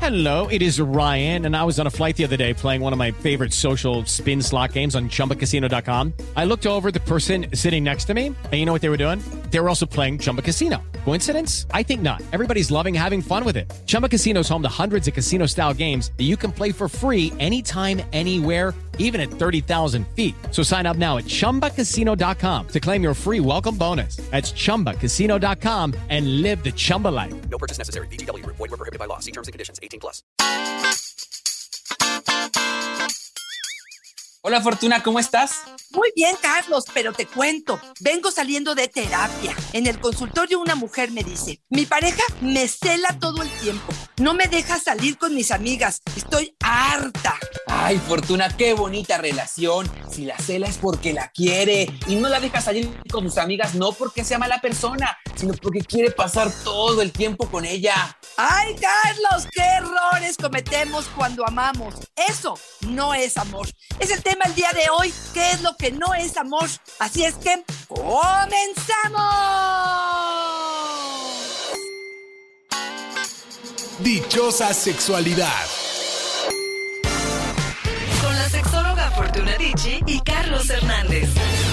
Hello, it is Ryan, and I was on a flight the other day playing one of my favorite social spin slot games on ChumbaCasino.com. I looked over at the person sitting next to me, and you know what they were doing? They were also playing Chumba Casino. Coincidence? I think not. Everybody's loving having fun with it. Chumba Casino is home to hundreds of casino-style games that you can play for free anytime, anywhere, even at 30,000 feet. So sign up now at ChumbaCasino.com to claim your free welcome bonus. That's ChumbaCasino.com and live the Chumba life. No purchase necessary. VGW. Void where prohibited by law. See terms and conditions. 18+. Hola Fortuna, ¿cómo estás? Muy bien, Carlos, pero te cuento, vengo saliendo de terapia. En el consultorio una mujer me dice, mi pareja me cela todo el tiempo, no me deja salir con mis amigas, estoy harta. Ay, Fortuna, qué bonita relación. Si la cela es porque la quiere y no la deja salir con sus amigas, no porque sea mala persona, sino porque quiere pasar todo el tiempo con ella. Ay, Carlos, qué errores cometemos cuando amamos. Eso no es amor. Es el tema el día de hoy, ¿qué es lo que no es amor? Así es que, ¡comenzamos! Dichosa sexualidad. Con la sexóloga Fortuna Dicci y Carlos Hernández.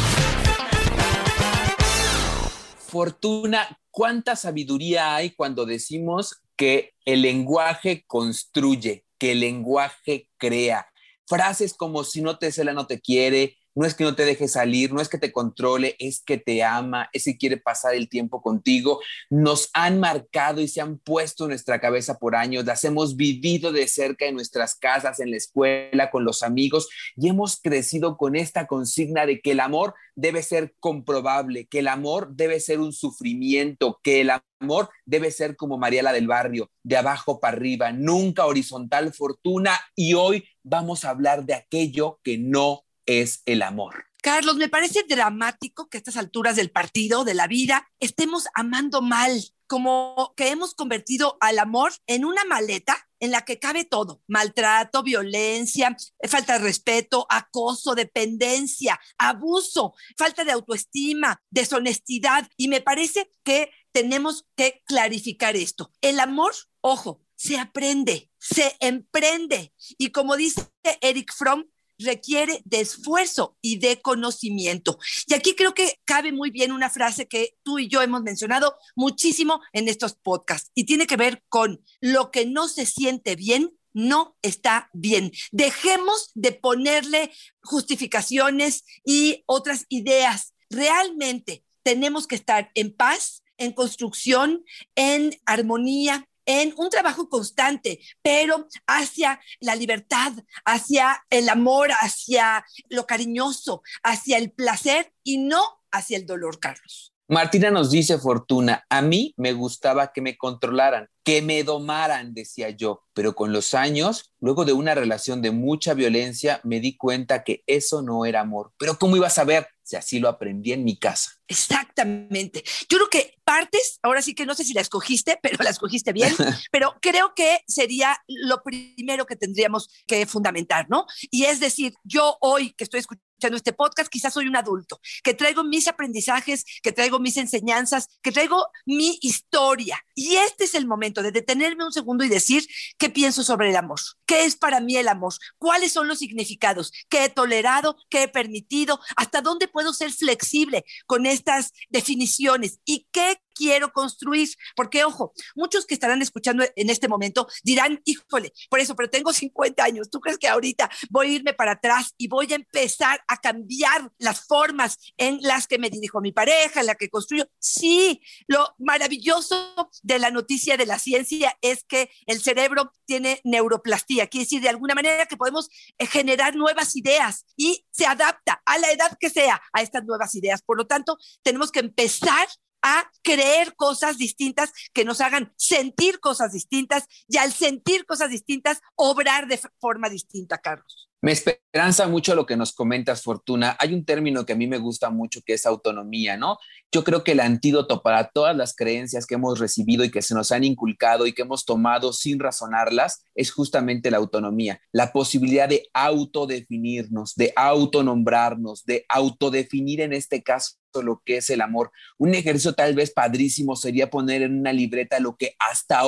Fortuna, ¿cuánta sabiduría hay cuando decimos que el lenguaje construye, que el lenguaje crea? Frases como si no te cela, no te quiere, no es que no te deje salir, no es que te controle, es que te ama, es que quiere pasar el tiempo contigo. Nos han marcado y se han puesto en nuestra cabeza por años, las hemos vivido de cerca en nuestras casas, en la escuela, con los amigos, y hemos crecido con esta consigna de que el amor debe ser comprobable, que el amor debe ser un sufrimiento, que el amor debe ser como Mariela del Barrio, de abajo para arriba, nunca horizontal, Fortuna, y hoy vamos a hablar de aquello que no es el amor. Carlos, me parece dramático que a estas alturas del partido, de la vida, estemos amando mal, como que hemos convertido al amor en una maleta en la que cabe todo: maltrato, violencia, falta de respeto, acoso, dependencia, abuso, falta de autoestima, deshonestidad. Y me parece que tenemos que clarificar esto. El amor, ojo, se aprende, se emprende. Y como dice Eric Fromm, requiere de esfuerzo y de conocimiento. Y aquí creo que cabe muy bien una frase que tú y yo hemos mencionado muchísimo en estos podcasts, y tiene que ver con: lo que no se siente bien no está bien. Dejemos de ponerle justificaciones y otras ideas. Realmente tenemos que estar en paz, en construcción, en armonía, en un trabajo constante, pero hacia la libertad, hacia el amor, hacia lo cariñoso, hacia el placer y no hacia el dolor, Carlos. Martina nos dice, Fortuna, a mí me gustaba que me controlaran, que me domaran, decía yo, pero con los años, luego de una relación de mucha violencia, me di cuenta que eso no era amor. Pero ¿cómo iba a saber si así lo aprendí en mi casa? Exactamente. Yo creo que partes, ahora sí que no sé si la escogiste, pero la escogiste bien, pero creo que sería lo primero que tendríamos que fundamentar, ¿no? Y es decir, yo hoy que estoy escuchando este podcast, quizás soy un adulto, que traigo mis aprendizajes, que traigo mis enseñanzas, que traigo mi historia. Y este es el momento de detenerme un segundo y decir qué pienso sobre el amor. ¿Qué es para mí el amor? ¿Cuáles son los significados? ¿Qué he tolerado? ¿Qué he permitido? ¿Hasta dónde puedo ser flexible con estas definiciones? ¿Y qué quiero construir? Porque, ojo, muchos que estarán escuchando en este momento dirán, híjole, por eso, pero tengo 50 años, ¿tú crees que ahorita voy a irme para atrás y voy a empezar a cambiar las formas en las que me dirijo a mi pareja, en la que construyo? Sí, lo maravilloso de la noticia de la ciencia es que el cerebro tiene neuroplastía, quiere decir de alguna manera que podemos generar nuevas ideas y se adapta a la edad que sea a estas nuevas ideas. Por lo tanto, tenemos que empezar a creer cosas distintas que nos hagan sentir cosas distintas, y al sentir cosas distintas, obrar de forma distinta, Carlos. Me esperanza mucho lo que nos comentas, Fortuna. Hay un término que a mí me gusta mucho, que es autonomía, ¿no? Yo creo que el antídoto para todas las creencias que hemos recibido y que se nos han inculcado y que hemos tomado sin razonarlas es justamente la autonomía, la posibilidad de autodefinirnos, de autonombrarnos, de autodefinir en este caso lo que es el amor. Un ejercicio tal vez padrísimo sería poner en una libreta lo que hasta hoy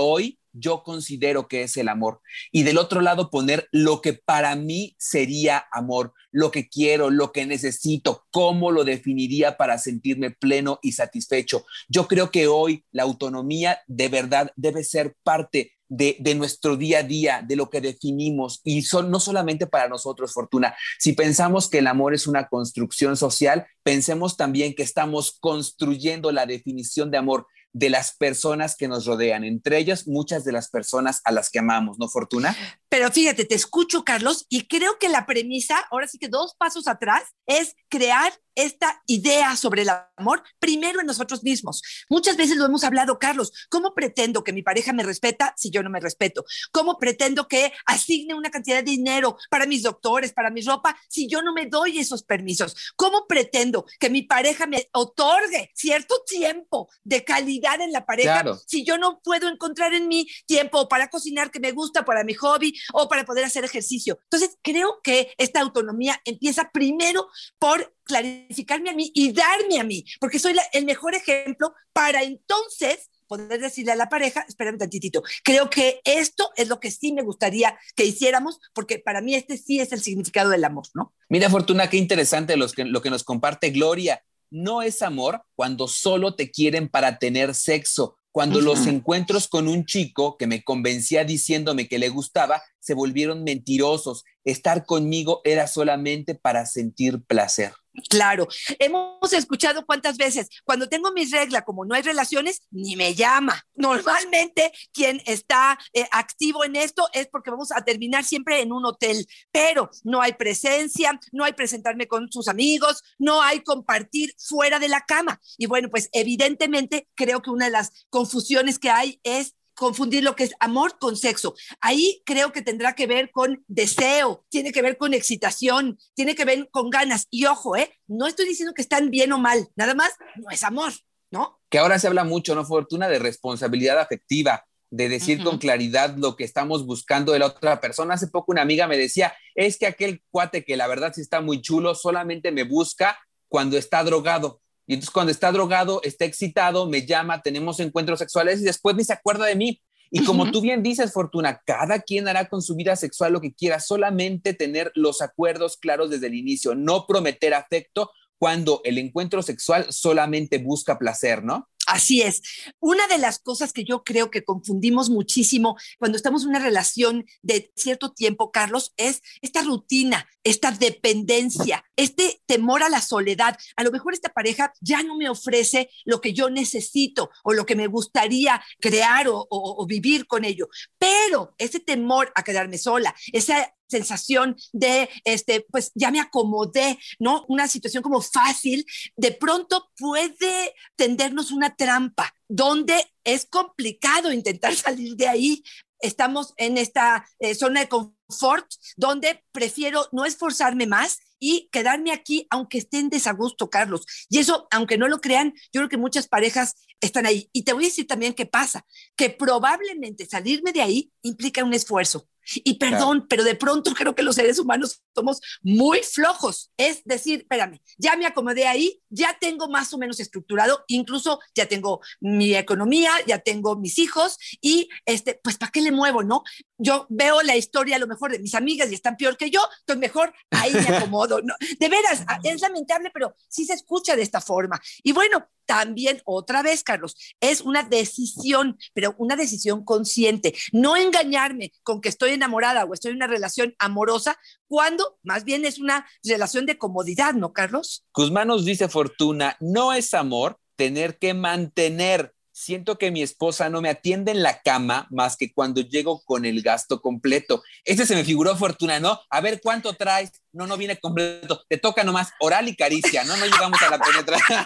yo considero que es el amor. Y del otro lado poner lo que para mí sería amor, lo que quiero, lo que necesito, cómo lo definiría para sentirme pleno y satisfecho. Yo creo que hoy la autonomía de verdad debe ser parte de nuestro día a día, de lo que definimos, y no solamente para nosotros, Fortuna. Si pensamos que el amor es una construcción social, pensemos también que estamos construyendo la definición de amor de las personas que nos rodean, entre ellas muchas de las personas a las que amamos, ¿no, Fortuna? Pero fíjate, te escucho, Carlos, y creo que la premisa, ahora sí que 2 pasos atrás, es crear esta idea sobre el amor primero en nosotros mismos. Muchas veces lo hemos hablado, Carlos. ¿Cómo pretendo que mi pareja me respeta si yo no me respeto? ¿Cómo pretendo que asigne una cantidad de dinero para mis doctores, para mi ropa, si yo no me doy esos permisos? ¿Cómo pretendo que mi pareja me otorgue cierto tiempo de calidad en la pareja, claro, si yo no puedo encontrar en mí tiempo para cocinar que me gusta, para mi hobby o para poder hacer ejercicio? Entonces, creo que esta autonomía empieza primero por clarificarme a mí y darme a mí, porque soy el mejor ejemplo para entonces poder decirle a la pareja, espérame tantitito, creo que esto es lo que sí me gustaría que hiciéramos, porque para mí este sí es el significado del amor, ¿no? Mira, Fortuna, qué interesante lo que nos comparte Gloria. No es amor cuando solo te quieren para tener sexo, cuando los encuentros con un chico que me convencía diciéndome que le gustaba se volvieron mentirosos. Estar conmigo era solamente para sentir placer. Claro, hemos escuchado cuántas veces, cuando tengo mi regla, como no hay relaciones, ni me llama. Normalmente quien está activo en esto es porque vamos a terminar siempre en un hotel, pero no hay presencia, no hay presentarme con sus amigos, no hay compartir fuera de la cama. Y bueno, pues evidentemente creo que una de las confusiones que hay es confundir lo que es amor con sexo. Ahí creo que tendrá que ver con deseo, tiene que ver con excitación, tiene que ver con ganas. Y ojo, no estoy diciendo que están bien o mal, nada más no es amor, ¿no? Que ahora se habla mucho, ¿no, Fortuna? De responsabilidad afectiva, de decir con claridad lo que estamos buscando de la otra persona. Hace poco una amiga me decía, es que aquel cuate que la verdad sí está muy chulo, solamente me busca cuando está drogado. Y entonces cuando está drogado, está excitado, me llama, tenemos encuentros sexuales y después ni se acuerda de mí. Y como tú bien dices, Fortuna, cada quien hará con su vida sexual lo que quiera, solamente tener los acuerdos claros desde el inicio, no prometer afecto cuando el encuentro sexual solamente busca placer, ¿no? Así es. Una de las cosas que yo creo que confundimos muchísimo cuando estamos en una relación de cierto tiempo, Carlos, es esta rutina, esta dependencia, este temor a la soledad. A lo mejor esta pareja ya no me ofrece lo que yo necesito o lo que me gustaría crear o vivir con ello, pero ese temor a quedarme sola, esa sensación de, pues ya me acomodé, ¿no? Una situación como fácil, de pronto puede tendernos una trampa donde es complicado intentar salir de ahí. Estamos en esta zona de confort donde prefiero no esforzarme más y quedarme aquí aunque esté en desagusto, Carlos. Y eso, aunque no lo crean, yo creo que muchas parejas están ahí. Y te voy a decir también qué pasa, que probablemente salirme de ahí implica un esfuerzo. Y perdón, pero de pronto creo que los seres humanos somos muy flojos. Es decir, espérame, ya me acomodé ahí, ya tengo más o menos estructurado, incluso ya tengo mi economía, ya tengo mis hijos y pues ¿para qué le muevo, no? Yo veo la historia a lo mejor de mis amigas y están peor que yo, entonces mejor ahí me acomodo, ¿no? De veras, es lamentable, pero sí se escucha de esta forma. Y bueno, también otra vez, Carlos, es una decisión, pero una decisión consciente. No engañarme con que estoy enamorada o estoy en una relación amorosa, cuando más bien es una relación de comodidad, ¿no, Carlos? Guzmán nos dice, Fortuna, no es amor tener que mantener. Siento que mi esposa no me atiende en la cama más que cuando llego con el gasto completo. Se me figuró, Fortuna, ¿no? A ver, ¿cuánto traes? No viene completo. Te toca nomás oral y caricia, ¿no? No llegamos a la penetración.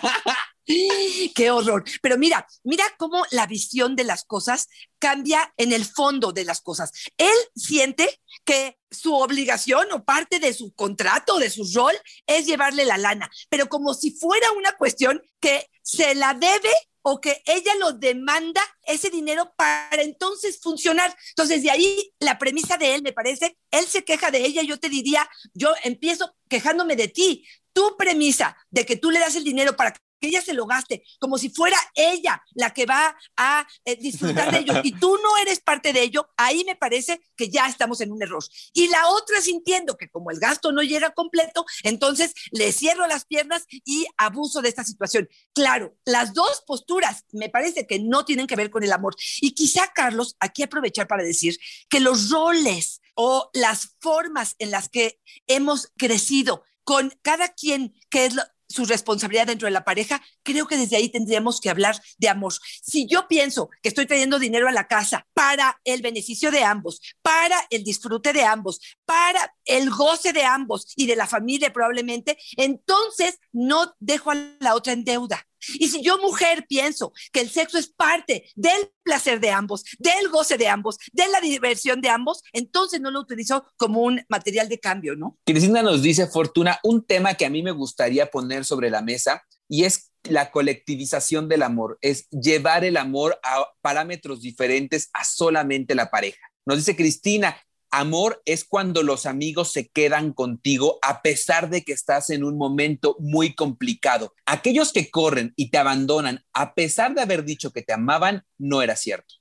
¡Qué horror! Pero mira cómo la visión de las cosas cambia en el fondo de las cosas. Él siente que su obligación o parte de su contrato, de su rol, es llevarle la lana, pero como si fuera una cuestión que se la debe o que ella lo demanda ese dinero para entonces funcionar. Entonces, de ahí la premisa de él, me parece, él se queja de ella, yo te diría, yo empiezo quejándome de ti. Tu premisa de que tú le das el dinero para que ella se lo gaste, como si fuera ella la que va a disfrutar de ello, y tú no eres parte de ello, ahí me parece que ya estamos en un error. Y la otra sintiendo que como el gasto no llega completo, entonces le cierro las piernas y abuso de esta situación. Claro, las dos posturas me parece que no tienen que ver con el amor. Y quizá, Carlos, aquí aprovechar para decir que los roles o las formas en las que hemos crecido con cada quien, que es su responsabilidad dentro de la pareja, creo que desde ahí tendríamos que hablar de amor. Si yo pienso que estoy trayendo dinero a la casa para el beneficio de ambos, para el disfrute de ambos, para el goce de ambos y de la familia probablemente, entonces no dejo a la otra en deuda. Y si yo, mujer, pienso que el sexo es parte del placer de ambos, del goce de ambos, de la diversión de ambos, entonces no lo utilizo como un material de cambio, ¿no? Cristina nos dice, Fortuna, un tema que a mí me gustaría poner sobre la mesa y es la colectivización del amor, es llevar el amor a parámetros diferentes a solamente la pareja. Nos dice Cristina, amor es cuando los amigos se quedan contigo a pesar de que estás en un momento muy complicado. Aquellos que corren y te abandonan a pesar de haber dicho que te amaban, no era cierto.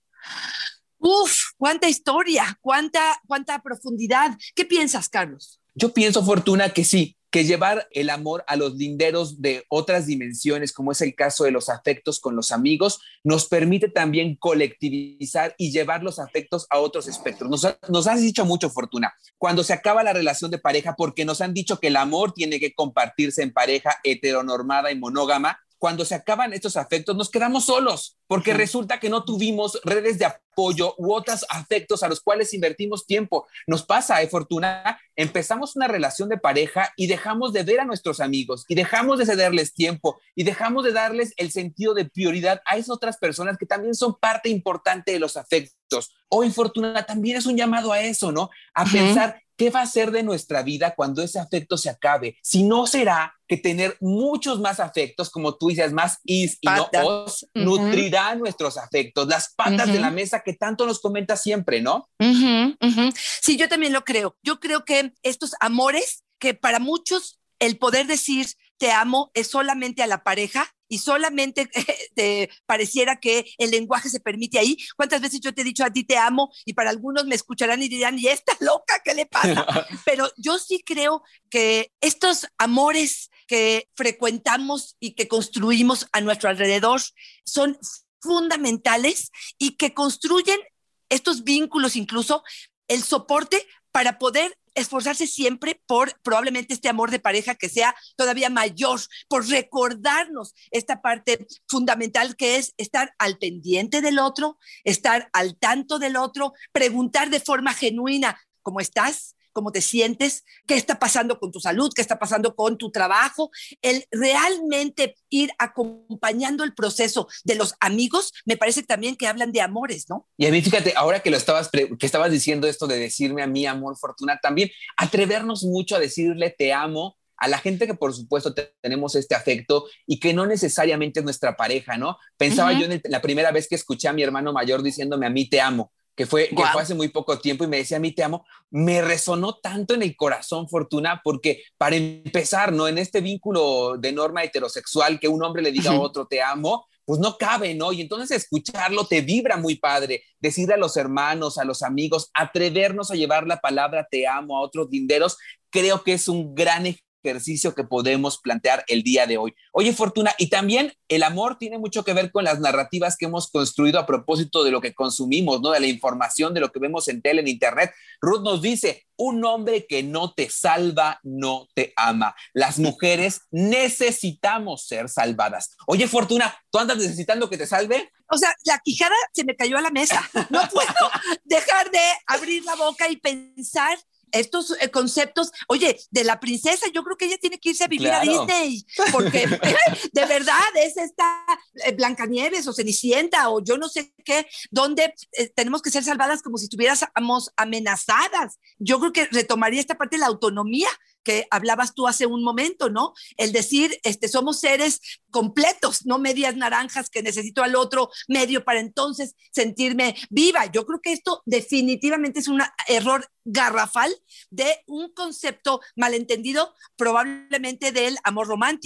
Uf, cuánta historia, cuánta profundidad. ¿Qué piensas, Carlos? Yo pienso, Fortuna, que sí, que llevar el amor a los linderos de otras dimensiones, como es el caso de los afectos con los amigos, nos permite también colectivizar y llevar los afectos a otros espectros. Nos has dicho mucho, Fortuna, cuando se acaba la relación de pareja, porque nos han dicho que el amor tiene que compartirse en pareja heteronormada y monógama, cuando se acaban estos afectos, nos quedamos solos, porque resulta que no tuvimos redes de apoyo u otros afectos a los cuales invertimos tiempo. Nos pasa, Fortuna, empezamos una relación de pareja y dejamos de ver a nuestros amigos y dejamos de cederles tiempo y dejamos de darles el sentido de prioridad a esas otras personas que también son parte importante de los afectos. Hoy, Fortuna, también es un llamado a eso, ¿no? A pensar qué va a ser de nuestra vida cuando ese afecto se acabe. Si no será que tener muchos más afectos, como tú dices, más is y no os, nutrirá nuestros afectos, las patas de la mesa que tanto nos comenta siempre, ¿no? Sí, yo también lo creo. Yo creo que estos amores, que para muchos el poder decir te amo es solamente a la pareja y solamente te pareciera que el lenguaje se permite ahí. ¿Cuántas veces yo te he dicho a ti te amo? Y para algunos me escucharán y dirán, ¿y esta loca qué le pasa? Pero yo sí creo que estos amores que frecuentamos y que construimos a nuestro alrededor son fundamentales y que construyen estos vínculos, incluso el soporte para poder esforzarse siempre por probablemente este amor de pareja que sea todavía mayor, por recordarnos esta parte fundamental que es estar al pendiente del otro, estar al tanto del otro, preguntar de forma genuina, ¿cómo estás? ¿Cómo te sientes? ¿Qué está pasando con tu salud? ¿Qué está pasando con tu trabajo? El realmente ir acompañando el proceso de los amigos, me parece también que hablan de amores, ¿no? Y a mí, fíjate, ahora que estabas diciendo esto de decirme a mí, amor, Fortuna, también atrevernos mucho a decirle te amo a la gente que por supuesto tenemos este afecto y que no necesariamente es nuestra pareja, ¿no? Pensaba yo en la primera vez que escuché a mi hermano mayor diciéndome a mí te amo, que fue hace muy poco tiempo y me decía a mí te amo, me resonó tanto en el corazón, Fortuna, porque para empezar, ¿no? En este vínculo de norma heterosexual que un hombre le diga a otro te amo, pues no cabe, ¿no? Y entonces escucharlo te vibra muy padre, decirle a los hermanos, a los amigos, atrevernos a llevar la palabra te amo a otros linderos, creo que es un gran ejercicio que podemos plantear el día de hoy. Oye, Fortuna, y también el amor tiene mucho que ver con las narrativas que hemos construido a propósito de lo que consumimos, ¿no? De la información, de lo que vemos en tele, en internet. Ruth nos dice, un hombre que no te salva, no te ama. Las mujeres necesitamos ser salvadas. Oye, Fortuna, ¿tú andas necesitando que te salve? O sea, la quijada se me cayó a la mesa. No puedo dejar de abrir la boca y pensar estos conceptos, oye, de la princesa, yo creo que ella tiene que irse a vivir a Disney, porque de verdad es esta Blancanieves o Cenicienta o yo no sé qué, donde tenemos que ser salvadas como si estuviéramos amenazadas. Yo creo que retomaría esta parte de la autonomía que hablabas tú hace un momento, ¿no? El decir, somos seres completos, no medias naranjas que necesito al otro medio para entonces sentirme viva. Yo creo que esto definitivamente es un error garrafal de un concepto malentendido probablemente del amor romántico,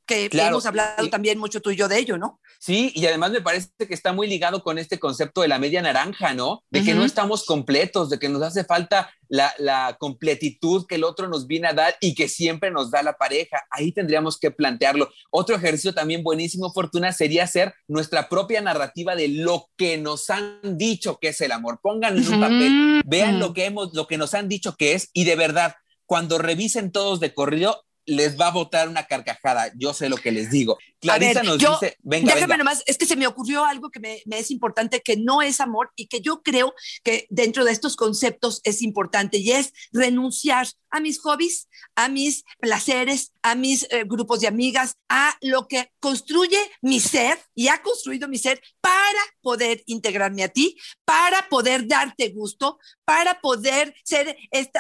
que Claro, hemos hablado también mucho tú y yo de ello, ¿no? sí, y además me parece que está muy ligado con este concepto de la media naranja, ¿no? De que no estamos completos, de que nos hace falta la completitud que el otro nos viene a dar y que siempre nos da la pareja. Ahí tendríamos que plantearlo. Otro ejercicio también buenísimo, Fortuna, sería hacer nuestra propia narrativa de lo que nos han dicho que es el amor. Pónganlo en un papel, vean lo que nos han dicho que es, y de verdad, cuando revisen todos de corrido, les va a botar una carcajada. Yo sé lo que les digo. Clarisa nos dice, déjame nomás, es que se me ocurrió algo que me es importante, que no es amor y que yo creo que dentro de estos conceptos es importante, y es renunciar a mis hobbies, a mis placeres, a mis grupos de amigas, a lo que construye mi ser y ha construido mi ser para poder integrarme a ti, para poder darte gusto, para poder ser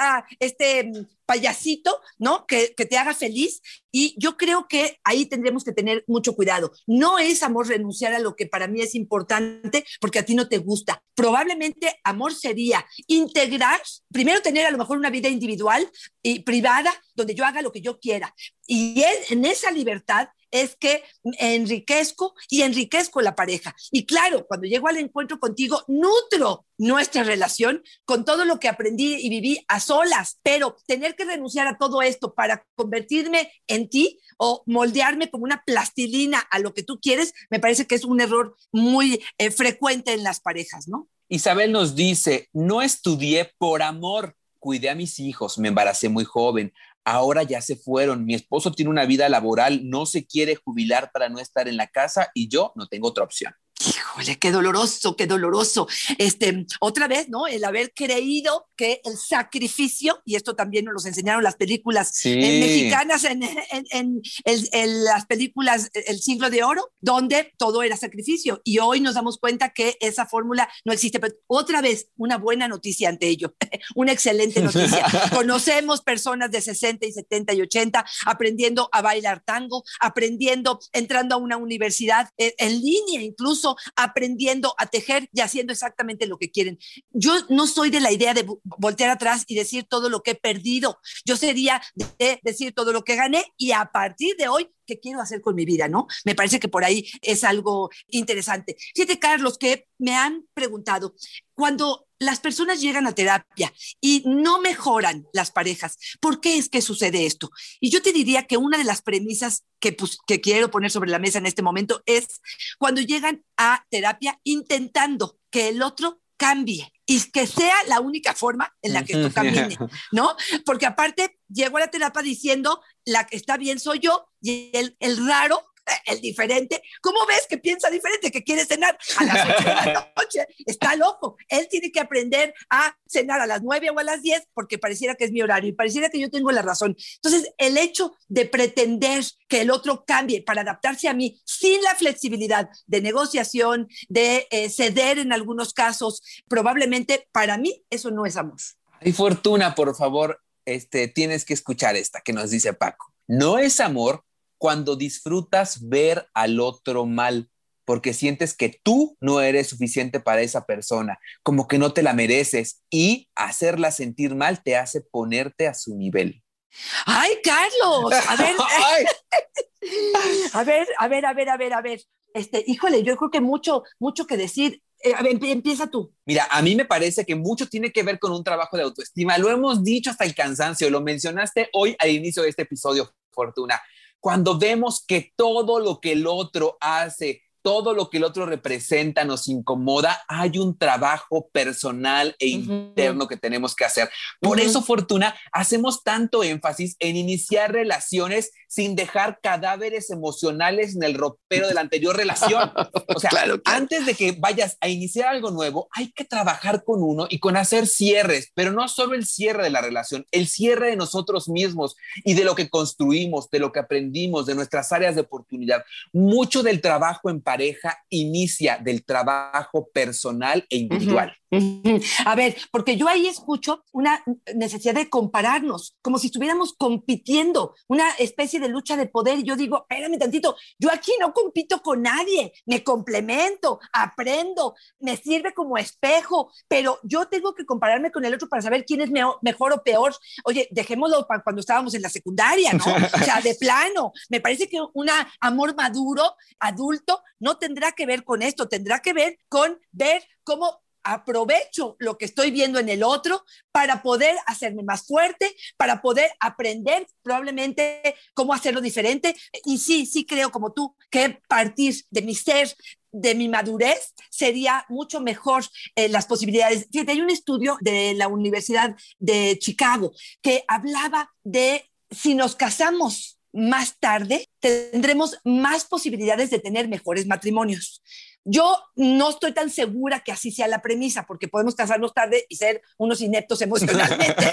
este payasito, ¿no? Que te haga feliz. Y yo creo que ahí tendremos que tener mucho cuidado. No es amor renunciar a lo que para mí es importante porque a ti no te gusta. Probablemente amor sería integrar, primero tener a lo mejor una vida individual y privada donde yo haga lo que yo quiera. Y en esa libertad es que enriquezco la pareja. Y claro, cuando llego al encuentro contigo, nutro nuestra relación con todo lo que aprendí y viví a solas, pero tener que renunciar a todo esto para convertirme en ti o moldearme como una plastilina a lo que tú quieres, me parece que es un error muy frecuente en las parejas, ¿no? Isabel nos dice, no estudié por amor, cuidé a mis hijos, me embaracé muy joven. Ahora ya se fueron, mi esposo tiene una vida laboral, no se quiere jubilar para no estar en la casa y yo no tengo otra opción. Híjole, qué doloroso, qué doloroso. Otra vez, ¿no? El haber creído que el sacrificio, y esto también nos lo enseñaron las películas mexicanas en las películas El Siglo de Oro, donde todo era sacrificio. Y hoy nos damos cuenta que esa fórmula no existe. Pero otra vez, una buena noticia ante ello, una excelente noticia. Conocemos personas de 60 y 70 y 80 aprendiendo a bailar tango, entrando a una universidad en línea incluso, aprendiendo a tejer y haciendo exactamente lo que quieren. Yo no soy de la idea de voltear atrás y decir todo lo que he perdido. Yo sería de decir todo lo que gané y a partir de hoy, ¿qué quiero hacer con mi vida, no? Me parece que por ahí es algo interesante. Fíjate, Carlos, que me han preguntado, cuando las personas llegan a terapia y no mejoran las parejas, ¿por qué es que sucede esto? Y yo te diría que una de las premisas que quiero poner sobre la mesa en este momento es cuando llegan a terapia intentando que el otro cambie y que sea la única forma en la que esto camine, ¿no? Porque aparte llego a la terapia diciendo la que está bien soy yo y el raro, el diferente, ¿cómo ves que piensa diferente, que quiere cenar a las 8 de la noche? Está loco. Él tiene que aprender a cenar a las 9 o a las 10 porque pareciera que es mi horario y pareciera que yo tengo la razón. Entonces, el hecho de pretender que el otro cambie para adaptarse a mí sin la flexibilidad de negociación, de ceder en algunos casos, probablemente para mí eso no es amor. Ay, Fortuna, por favor, tienes que escuchar esta que nos dice Paco. No es amor cuando disfrutas ver al otro mal, porque sientes que tú no eres suficiente para esa persona, como que no te la mereces, y hacerla sentir mal te hace ponerte a su nivel. ¡Ay, Carlos! A ver. Híjole, yo creo que mucho que decir. A ver, empieza tú. Mira, a mí me parece que mucho tiene que ver con un trabajo de autoestima. Lo hemos dicho hasta el cansancio, lo mencionaste hoy al inicio de este episodio, Fortuna. Cuando vemos que todo lo que el otro hace, todo lo que el otro representa nos incomoda, hay un trabajo personal e interno que tenemos que hacer. Por eso, Fortuna, hacemos tanto énfasis en iniciar relaciones sin dejar cadáveres emocionales en el ropero de la anterior relación. O sea, claro. Antes de que vayas a iniciar algo nuevo, hay que trabajar con uno y con hacer cierres, pero no solo el cierre de la relación, el cierre de nosotros mismos y de lo que construimos, de lo que aprendimos, de nuestras áreas de oportunidad. Mucho del trabajo en pareja inicia del trabajo personal e individual. A ver, porque yo ahí escucho una necesidad de compararnos, como si estuviéramos compitiendo, una especie de lucha de poder y yo digo, espérame tantito, yo aquí no compito con nadie, me complemento, aprendo, me sirve como espejo, pero yo tengo que compararme con el otro para saber quién es mejor o peor. Oye, dejémoslo para cuando estábamos en la secundaria, ¿no? O sea, de plano, me parece que un amor maduro, adulto, no tendrá que ver con esto, tendrá que ver con ver cómo aprovecho lo que estoy viendo en el otro para poder hacerme más fuerte, para poder aprender probablemente cómo hacerlo diferente. Y sí creo como tú que partir de mi ser, de mi madurez, sería mucho mejor las posibilidades. Fíjate, hay un estudio de la Universidad de Chicago que hablaba de si nos casamos más tarde, tendremos más posibilidades de tener mejores matrimonios. Yo no estoy tan segura que así sea la premisa, porque podemos casarnos tarde y ser unos ineptos emocionalmente.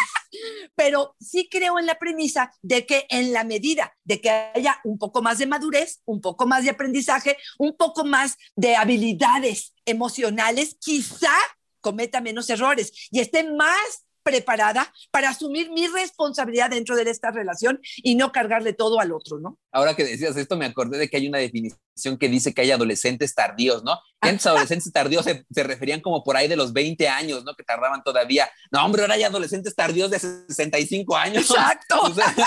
Pero sí creo en la premisa de que en la medida de que haya un poco más de madurez, un poco más de aprendizaje, un poco más de habilidades emocionales, quizá cometa menos errores y esté más preparada para asumir mi responsabilidad dentro de esta relación y no cargarle todo al otro, ¿no? Ahora que decías esto, me acordé de que hay una definición que dice que hay adolescentes tardíos, ¿no? Y antes adolescentes tardíos se referían como por ahí de los 20 años, ¿no? Que tardaban todavía. No, hombre, ahora hay adolescentes tardíos de 65 años. ¡Exacto! O sea,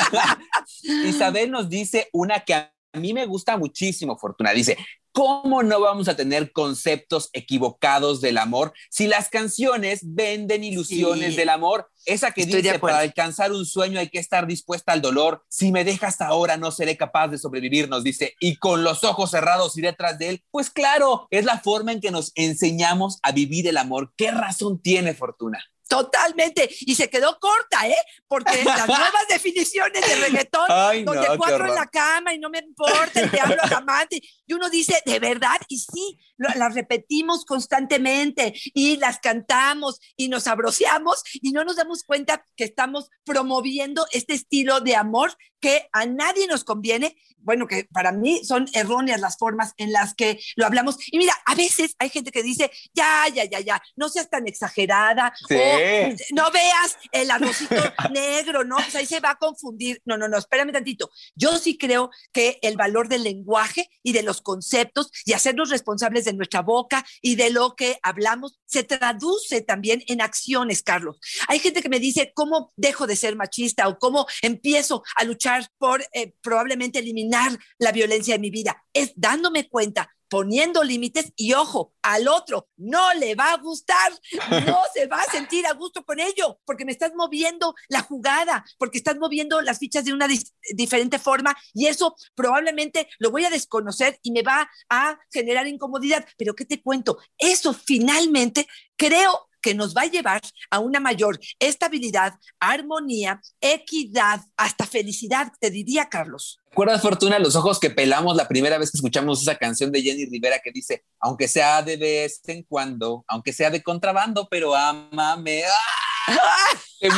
Isabel nos dice una que a mí me gusta muchísimo, Fortuna. Dice, ¿cómo no vamos a tener conceptos equivocados del amor si las canciones venden ilusiones del amor? Esa que dice, para alcanzar un sueño hay que estar dispuesta al dolor. Si me dejas ahora no seré capaz de sobrevivir, nos dice, y con los ojos cerrados iré tras de él. Pues claro, es la forma en que nos enseñamos a vivir el amor. ¿Qué razón tiene, Fortuna? Totalmente, y se quedó corta, porque las nuevas definiciones de reggaetón, donde 4 en la cama y no me importa, el diablo al amante, y uno dice, ¿de verdad? Y sí, las repetimos constantemente y las cantamos y nos abroceamos y no nos damos cuenta que estamos promoviendo este estilo de amor que a nadie nos conviene. Bueno, que para mí son erróneas las formas en las que lo hablamos. Y mira, a veces hay gente que dice, ya, no seas tan exagerada, sí, o no veas el arrocito negro, ¿no? Pues ahí se va a confundir. No, espérame tantito. Yo sí creo que el valor del lenguaje y de los conceptos y hacernos responsables de nuestra boca y de lo que hablamos se traduce también en acciones, Carlos. Hay gente que me dice, ¿cómo dejo de ser machista? O ¿cómo empiezo a luchar por probablemente eliminar la violencia de mi vida? Es dándome cuenta, poniendo límites y ojo, al otro no le va a gustar, no se va a sentir a gusto con ello, porque me estás moviendo la jugada, porque estás moviendo las fichas de una diferente forma y eso probablemente lo voy a desconocer y me va a generar incomodidad. Pero ¿qué te cuento? Eso finalmente creo que nos va a llevar a una mayor estabilidad, armonía, equidad, hasta felicidad, te diría, Carlos. ¿Recuerdas, Fortuna, los ojos que pelamos la primera vez que escuchamos esa canción de Jenny Rivera que dice, aunque sea de vez en cuando, aunque sea de contrabando, pero ámame? ¡Ah! Te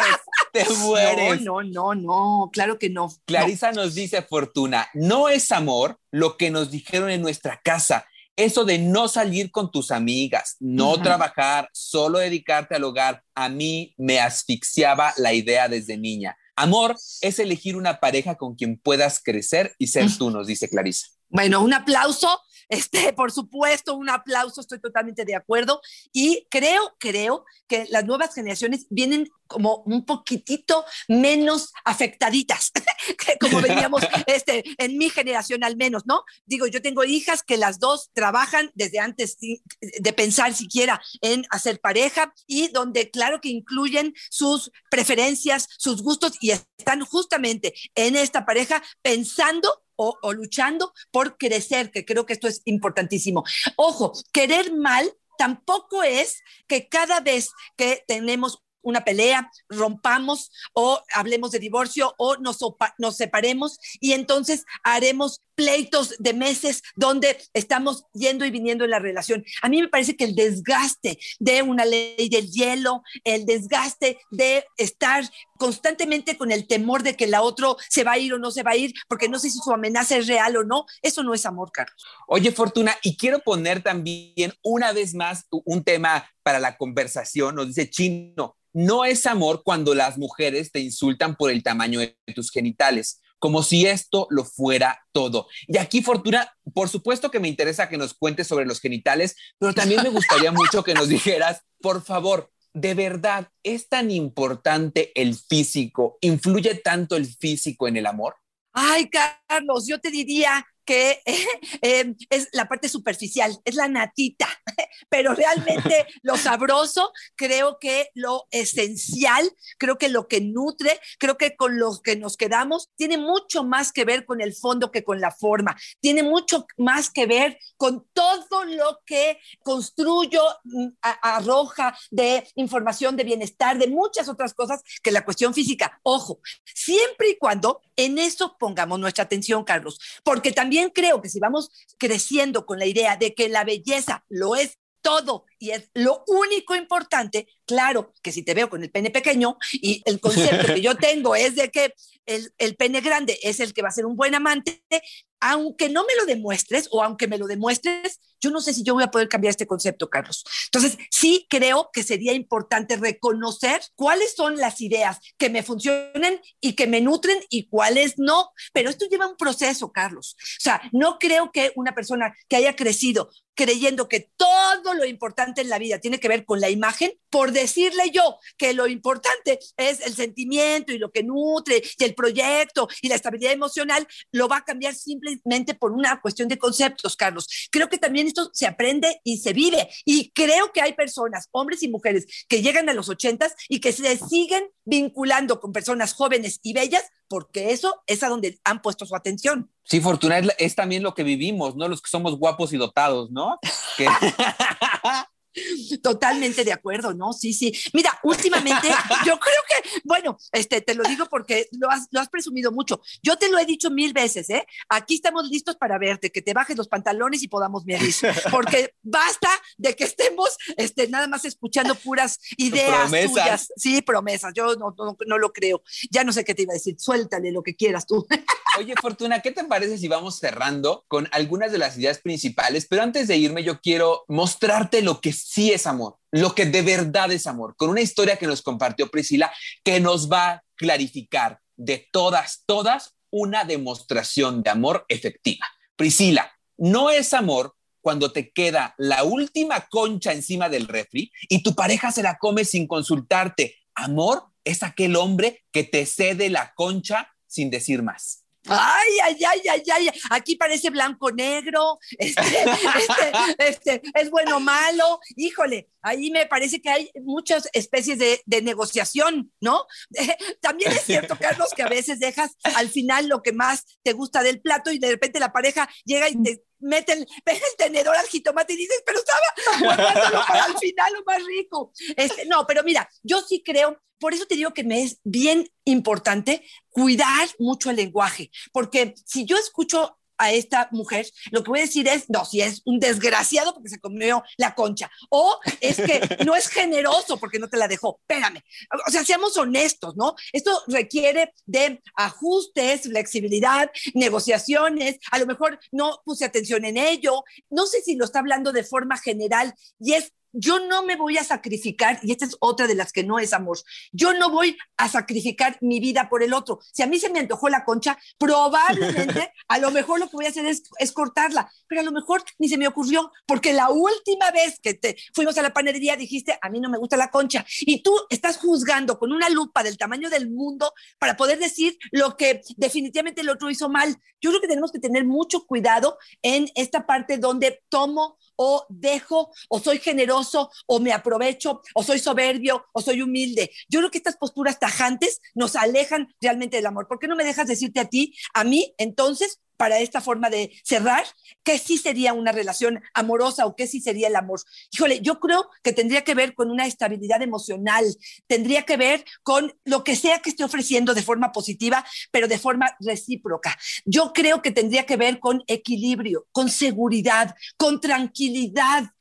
mueres. No, claro que no. Clarisa nos dice, Fortuna, no es amor lo que nos dijeron en nuestra casa. Eso de no salir con tus amigas, no trabajar, solo dedicarte al hogar, a mí me asfixiaba la idea desde niña. Amor es elegir una pareja con quien puedas crecer y ser tú, nos dice Clarisa. Bueno, un aplauso, por supuesto, un aplauso, estoy totalmente de acuerdo y creo que las nuevas generaciones vienen como un poquitito menos afectaditas, como veníamos en mi generación al menos, ¿no? Digo, yo tengo hijas que las dos trabajan desde antes de pensar siquiera en hacer pareja y donde claro que incluyen sus preferencias, sus gustos y están justamente en esta pareja pensando o luchando por crecer, que creo que esto es importantísimo. Ojo, querer mal tampoco es que cada vez que tenemos una pelea, rompamos o hablemos de divorcio o nos separemos y entonces haremos pleitos de meses donde estamos yendo y viniendo en la relación. A mí me parece que el desgaste de una ley del hielo, el desgaste de estar constantemente con el temor de que la otra se va a ir o no se va a ir, porque no sé si su amenaza es real o no, eso no es amor, Carlos. Oye, Fortuna, y quiero poner también una vez más un tema para la conversación, nos dice Chino, no es amor cuando las mujeres te insultan por el tamaño de tus genitales. como si esto lo fuera todo. Y aquí, Fortuna, por supuesto que me interesa que nos cuentes sobre los genitales, pero también me gustaría mucho que nos dijeras, por favor, ¿de verdad es tan importante el físico? ¿Influye tanto el físico en el amor? Ay, Carlos, yo te diría que es la parte superficial, es la natita, pero realmente lo sabroso, creo que lo esencial, creo que lo que nutre, creo que con lo que nos quedamos, tiene mucho más que ver con el fondo que con la forma, tiene mucho más que ver con todo lo que construyo, arroja de información, de bienestar, de muchas otras cosas que la cuestión física. Ojo, siempre y cuando en eso pongamos nuestra atención, Carlos, porque también creo que si vamos creciendo con la idea de que la belleza lo es todo y es lo único importante, claro que si te veo con el pene pequeño y el concepto que yo tengo es de que el pene grande es el que va a ser un buen amante, aunque no me lo demuestres o aunque me lo demuestres, yo no sé si yo voy a poder cambiar este concepto, Carlos. Entonces, sí creo que sería importante reconocer cuáles son las ideas que me funcionan y que me nutren y cuáles no. Pero esto lleva un proceso, Carlos. O sea, no creo que una persona que haya crecido creyendo que todo lo importante en la vida tiene que ver con la imagen, por decirle yo que lo importante es el sentimiento y lo que nutre y el proyecto y la estabilidad emocional, lo va a cambiar simplemente por una cuestión de conceptos, Carlos. Creo que también esto se aprende y se vive. Y creo que hay personas, hombres y mujeres, que llegan a los 80s y que se siguen vinculando con personas jóvenes y bellas porque eso es a donde han puesto su atención. Sí, Fortuna, es también lo que vivimos, ¿no? Los que somos guapos y dotados, ¿no? Que... Totalmente de acuerdo, ¿no? Sí, sí. Mira, últimamente yo creo que, bueno, te lo digo porque lo has presumido mucho. Yo te lo he dicho 1000 veces, ¿eh? Aquí estamos listos para verte, que te bajes los pantalones y podamos medir. Porque basta de que estemos nada más escuchando puras ideas tuyas. Sí, promesas. Yo no lo creo. Ya no sé qué te iba a decir. Suéltale lo que quieras tú. Oye, Fortuna, ¿qué te parece si vamos cerrando con algunas de las ideas principales? Pero antes de irme, yo quiero mostrarte lo que sí es amor, lo que de verdad es amor, con una historia que nos compartió Priscila, que nos va a clarificar de todas, una demostración de amor efectiva. Priscila, no es amor cuando te queda la última concha encima del refri y tu pareja se la come sin consultarte. Amor es aquel hombre que te cede la concha sin decir más. Ay, aquí parece blanco-negro, es bueno o malo, híjole, ahí me parece que hay muchas especies de negociación, ¿no? También es cierto, Carlos, que a veces dejas al final lo que más te gusta del plato y de repente la pareja llega y te mete el tenedor al jitomate y dices, pero estaba guardándolo para el final lo más rico. No, pero mira, yo sí creo, por eso te digo que me es bien importante cuidar mucho el lenguaje, porque si yo escucho a esta mujer, lo que voy a decir es, no, si es un desgraciado porque se comió la concha, o es que no es generoso porque no te la dejó. Espérame, o sea, seamos honestos, ¿no? Esto requiere de ajustes, flexibilidad, negociaciones, a lo mejor no puse atención en ello, no sé si lo está hablando de forma general y es, yo no me voy a sacrificar, y esta es otra de las que no es amor, yo no voy a sacrificar mi vida por el otro. Si a mí se me antojó la concha, probablemente a lo mejor lo que voy a hacer es cortarla, pero a lo mejor ni se me ocurrió, porque la última vez que fuimos a la panadería dijiste, a mí no me gusta la concha, y tú estás juzgando con una lupa del tamaño del mundo para poder decir lo que definitivamente el otro hizo mal. Yo creo que tenemos que tener mucho cuidado en esta parte donde tomo o dejo, o soy generoso, o me aprovecho, o soy soberbio, o soy humilde. Yo creo que estas posturas tajantes nos alejan realmente del amor. ¿Por qué no me dejas decirte a mí, entonces, para esta forma de cerrar, qué sí sería una relación amorosa o qué sí sería el amor? Híjole, yo creo que tendría que ver con una estabilidad emocional, tendría que ver con lo que sea que esté ofreciendo de forma positiva, pero de forma recíproca. Yo creo que tendría que ver con equilibrio, con seguridad, con tranquilidad,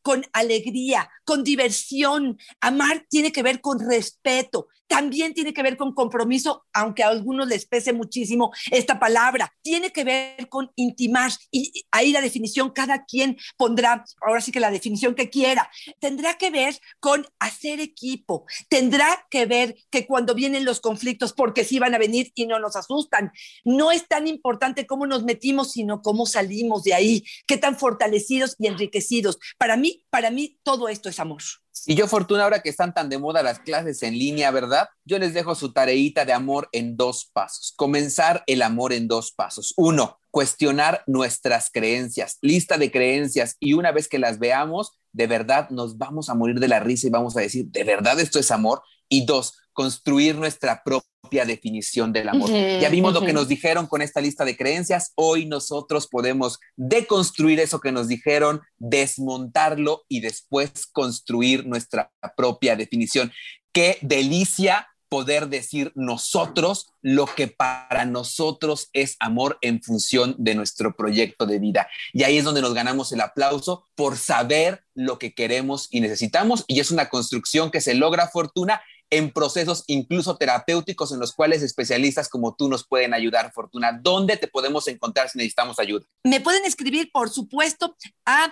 con alegría, con diversión. Amar tiene que ver con respeto, también tiene que ver con compromiso, aunque a algunos les pese muchísimo esta palabra. Tiene que ver con intimar, y ahí la definición cada quien pondrá, ahora sí que la definición que quiera. Tendrá que ver con hacer equipo, tendrá que ver que cuando vienen los conflictos, porque sí van a venir y no nos asustan, no es tan importante cómo nos metimos, sino cómo salimos de ahí, qué tan fortalecidos y enriquecidos. Para mí, todo esto es amor. Y yo, Fortuna, ahora que están tan de moda las clases en línea, ¿verdad? Yo les dejo su tareita de amor en 2 pasos. Comenzar el amor en 2 pasos. 1, cuestionar nuestras creencias, lista de creencias, y una vez que las veamos, de verdad nos vamos a morir de la risa y vamos a decir, ¿de verdad esto es amor? Y 2, construir nuestra propia definición del amor. Ya vimos lo que nos dijeron con esta lista de creencias. Hoy nosotros podemos deconstruir eso que nos dijeron, desmontarlo y después construir nuestra propia definición. ¡Qué delicia poder decir nosotros lo que para nosotros es amor en función de nuestro proyecto de vida! Y ahí es donde nos ganamos el aplauso por saber lo que queremos y necesitamos, y es una construcción que se logra, Fortuna, en procesos incluso terapéuticos en los cuales especialistas como tú nos pueden ayudar, Fortuna. ¿Dónde te podemos encontrar si necesitamos ayuda? Me pueden escribir, por supuesto, a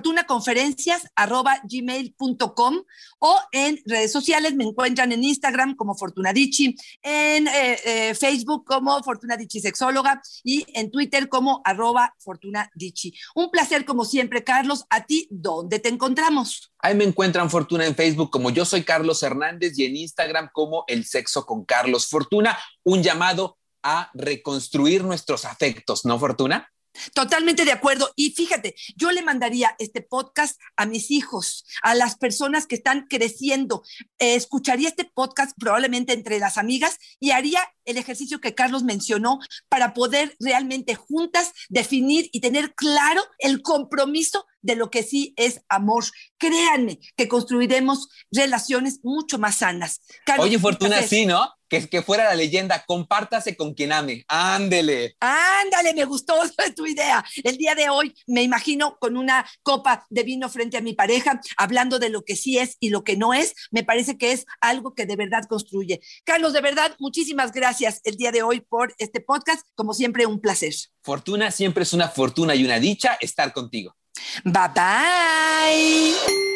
fortunaconferencias@gmail.com, o en redes sociales me encuentran en Instagram como Fortuna Dicci, en Facebook como Fortuna Dicci Sexóloga, y en Twitter como @Fortuna Dicci. Un placer como siempre, Carlos. ¿A ti dónde te encontramos? Ahí me encuentran, Fortuna, en Facebook como Yo Soy Carlos Hernández, y en Instagram como El Sexo con Carlos. Fortuna, un llamado a reconstruir nuestros afectos, ¿no, Fortuna? Totalmente de acuerdo. Y fíjate, yo le mandaría este podcast a mis hijos, a las personas que están creciendo. Escucharía este podcast probablemente entre las amigas y haría el ejercicio que Carlos mencionó para poder realmente juntas definir y tener claro el compromiso de lo que sí es amor. Créanme que construiremos relaciones mucho más sanas. Carlos, oye, Fortuna, sí, ¿no? Que fuera la leyenda, compártase con quien ame. Ándele. Ándale, me gustó tu idea. El día de hoy me imagino con una copa de vino frente a mi pareja, hablando de lo que sí es y lo que no es. Me parece que es algo que de verdad construye. Carlos, de verdad, muchísimas gracias el día de hoy por este podcast. Como siempre, un placer. Fortuna, siempre es una fortuna y una dicha estar contigo. Bye bye.